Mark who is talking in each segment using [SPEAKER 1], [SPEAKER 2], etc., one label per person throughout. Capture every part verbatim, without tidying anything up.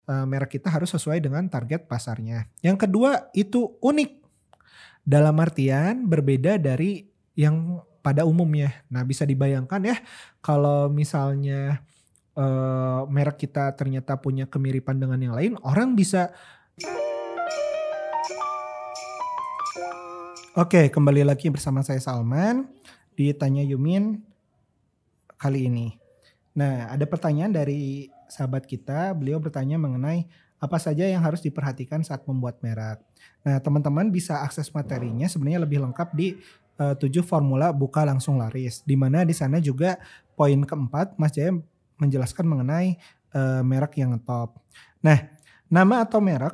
[SPEAKER 1] uh, merek kita harus sesuai dengan target pasarnya. Yang kedua itu unik. Dalam artian berbeda dari yang pada umumnya. Nah bisa dibayangkan ya kalau misalnya uh, merek kita ternyata punya kemiripan dengan yang lain, orang bisa. Oke, kembali lagi bersama saya Salman di Tanya Yumin kali ini. Nah, ada pertanyaan dari sahabat kita. Beliau bertanya mengenai apa saja yang harus diperhatikan saat membuat merek. Nah, teman-teman bisa akses materinya sebenarnya lebih lengkap di uh, tujuh formula buka langsung laris. Di mana di sana juga poin keempat Mas Jaya menjelaskan mengenai uh, merek yang top. Nah, nama atau merek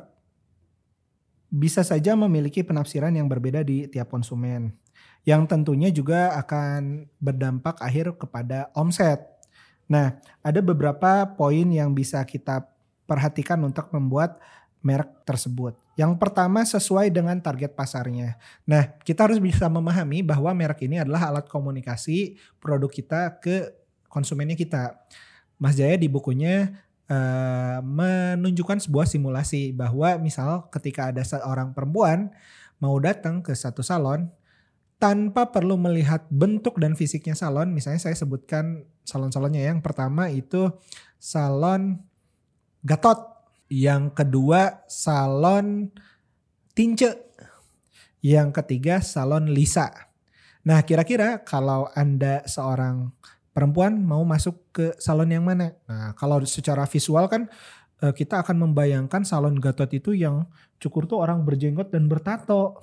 [SPEAKER 1] bisa saja memiliki penafsiran yang berbeda di tiap konsumen. Yang tentunya juga akan berdampak akhir kepada omset. Nah, ada beberapa poin yang bisa kita perhatikan untuk membuat merek tersebut. Yang pertama sesuai dengan target pasarnya. Nah, kita harus bisa memahami bahwa merek ini adalah alat komunikasi produk kita ke konsumennya kita. Mas Jaya di bukunya Uh, menunjukkan sebuah simulasi bahwa misal ketika ada seorang perempuan mau datang ke satu salon tanpa perlu melihat bentuk dan fisiknya salon, misalnya saya sebutkan salon-salonnya. Yang pertama itu salon Gatot, yang kedua salon Tince, yang ketiga salon Lisa. Nah kira-kira kalau Anda seorang perempuan mau masuk ke salon yang mana? Nah kalau secara visual kan kita akan membayangkan salon Gatot itu yang cukur tuh orang berjenggot dan bertato.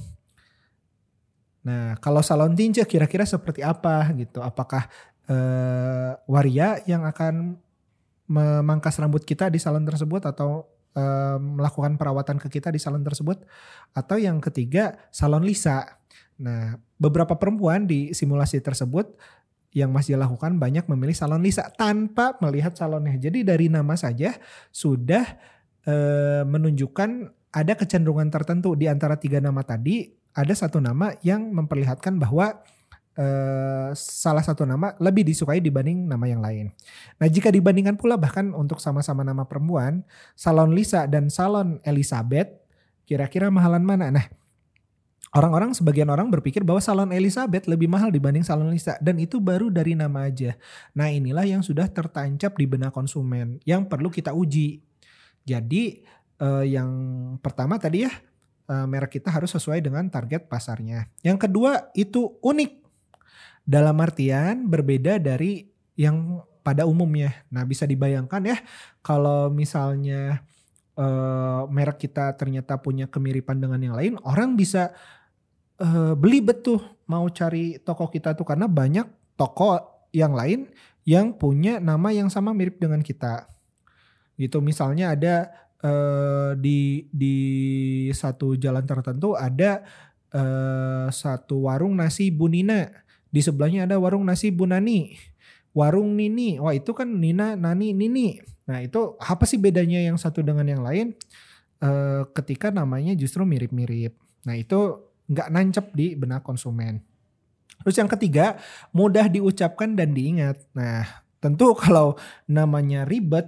[SPEAKER 1] Nah kalau salon Tince kira-kira seperti apa gitu? Apakah uh, waria yang akan memangkas rambut kita di salon tersebut atau uh, melakukan perawatan ke kita di salon tersebut? Atau yang ketiga salon Lisa. Nah beberapa perempuan di simulasi tersebut yang Mas Jaya lakukan banyak memilih salon Lisa tanpa melihat salonnya. Jadi dari nama saja sudah e, menunjukkan ada kecenderungan tertentu. Di antara tiga nama tadi ada satu nama yang memperlihatkan bahwa e, salah satu nama lebih disukai dibanding nama yang lain. Nah jika dibandingkan pula bahkan untuk sama-sama nama perempuan, salon Lisa dan salon Elizabeth kira-kira mahalan mana? Nah orang-orang, sebagian orang berpikir bahwa salon Elizabeth lebih mahal dibanding salon Lisa. Dan itu baru dari nama aja. Nah inilah yang sudah tertancap di benak konsumen. Yang perlu kita uji. Jadi eh, yang pertama tadi ya. Eh, merek kita harus sesuai dengan target pasarnya. Yang kedua itu unik. Dalam artian berbeda dari yang pada umumnya. Nah bisa dibayangkan ya. Kalau misalnya eh, merek kita ternyata punya kemiripan dengan yang lain. Orang bisa Uh, beli betul mau cari toko kita tuh karena banyak toko yang lain yang punya nama yang sama mirip dengan kita. Gitu misalnya ada uh, di di satu jalan tertentu ada uh, satu warung nasi Bu Nina, di sebelahnya ada warung nasi Bu Nani, warung Nini. Wah itu kan Nina, Nani, Nini. Nah itu apa sih bedanya yang satu dengan yang lain? Uh, ketika namanya justru mirip-mirip. Nah itu nggak nancep di benak konsumen. Terus yang ketiga, mudah diucapkan dan diingat. Nah, tentu kalau namanya ribet,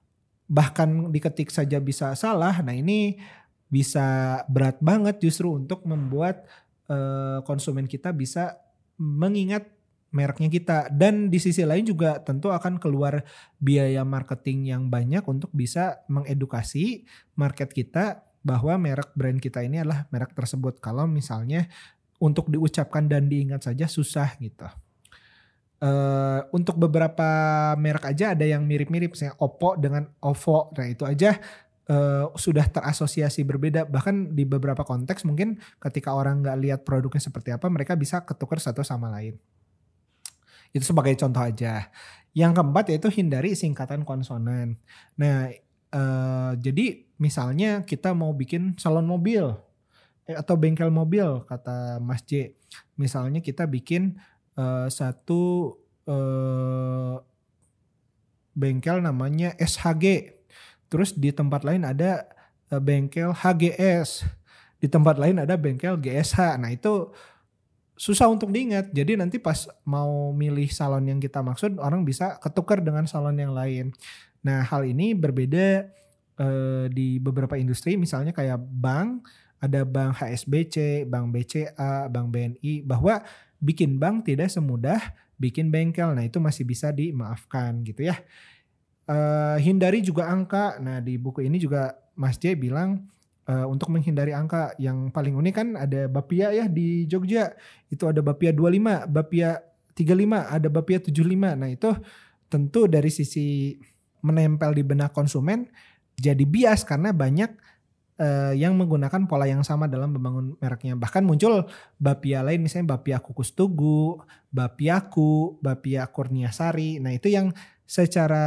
[SPEAKER 1] bahkan diketik saja bisa salah. Nah, ini bisa berat banget justru untuk membuat uh, konsumen kita bisa mengingat mereknya kita. Dan di sisi lain juga tentu akan keluar biaya marketing yang banyak untuk bisa mengedukasi market kita bahwa merek brand kita ini adalah merek tersebut. Kalau misalnya untuk diucapkan dan diingat saja susah gitu. Uh, untuk beberapa merek aja ada yang mirip-mirip, misalnya Oppo dengan Ovo. Nah itu aja uh, sudah terasosiasi berbeda. Bahkan di beberapa konteks mungkin ketika orang nggak lihat produknya seperti apa, mereka bisa ketukar satu sama lain. Itu sebagai contoh aja. Yang keempat yaitu hindari singkatan konsonan. Nah uh, jadi misalnya kita mau bikin salon mobil eh, atau bengkel mobil kata Mas J. Misalnya kita bikin uh, satu uh, bengkel namanya S H G. Terus di tempat lain ada uh, bengkel H G S. Di tempat lain ada bengkel G S H. Nah itu susah untuk diingat. Jadi nanti pas mau milih salon yang kita maksud orang bisa ketukar dengan salon yang lain. Nah hal ini berbeda uh, di beberapa industri misalnya kayak bank, ada bank H S B C, bank B C A, bank B N I, bahwa bikin bank tidak semudah bikin bengkel. Nah itu masih bisa dimaafkan gitu ya. Uh, hindari juga angka. Nah di buku ini juga Mas J bilang uh, untuk menghindari angka yang paling unik kan ada Bapia ya di Jogja. Itu ada Bapia dua puluh lima, Bapia tiga puluh lima, ada Bapia tujuh puluh lima. Nah itu tentu dari sisi menempel di benak konsumen jadi bias karena banyak Uh, yang menggunakan pola yang sama dalam membangun mereknya. Bahkan muncul Bapia lain misalnya Bapia Kukus Tugu, Bapiaku, Bapia Kurniasari. Nah itu yang secara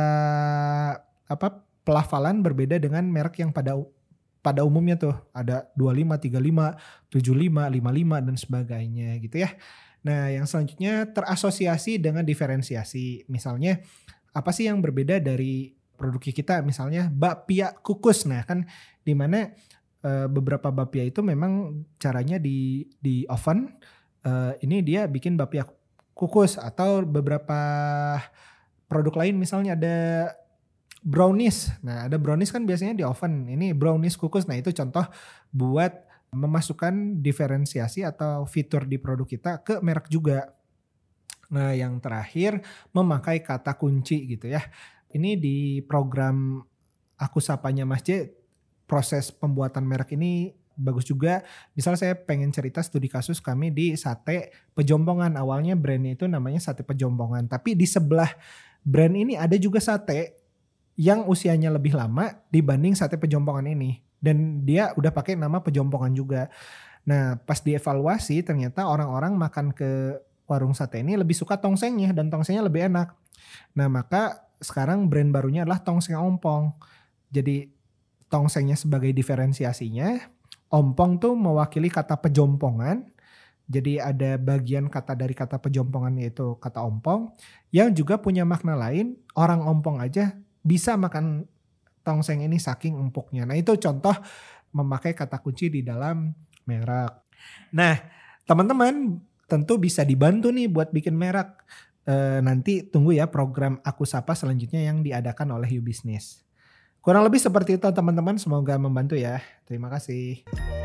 [SPEAKER 1] apa pelafalan berbeda dengan merek yang pada pada umumnya tuh ada dua puluh lima, tiga puluh lima, tujuh puluh lima, lima puluh lima dan sebagainya gitu ya. Nah yang selanjutnya terasosiasi dengan diferensiasi. Misalnya apa sih yang berbeda dari produk kita, misalnya Bapia Kukus. Nah kan di mana e, beberapa bapia itu memang caranya di di oven, e, ini dia bikin bapia kukus. Atau beberapa produk lain misalnya ada brownies. Nah ada brownies kan biasanya di oven, ini brownies kukus. Nah itu contoh buat memasukkan diferensiasi atau fitur di produk kita ke merek juga. Nah yang terakhir memakai kata kunci gitu ya. Ini di program Aku Sapanya Mas J, proses pembuatan merek ini bagus juga. Misal saya pengen cerita studi kasus kami di Sate Pejompongan. Awalnya brandnya itu namanya Sate Pejompongan. Tapi di sebelah brand ini ada juga sate yang usianya lebih lama dibanding Sate Pejompongan ini. Dan dia udah pakai nama Pejompongan juga. Nah pas dievaluasi ternyata orang-orang makan ke warung sate ini lebih suka tongsengnya. Dan tongsengnya lebih enak. Nah maka sekarang brand barunya adalah Tongseng Ompong. Jadi tongsengnya sebagai diferensiasinya, ompong tuh mewakili kata pejompongan. Jadi ada bagian kata dari kata pejompongan yaitu kata ompong yang juga punya makna lain. Orang ompong aja bisa makan tongseng ini saking empuknya. Nah itu contoh memakai kata kunci di dalam merek. Nah teman-teman tentu bisa dibantu nih buat bikin merek. E, nanti tunggu ya program Aku Sapa selanjutnya yang diadakan oleh YouBusiness. Kurang lebih seperti itu teman-teman, semoga membantu ya. Terima kasih.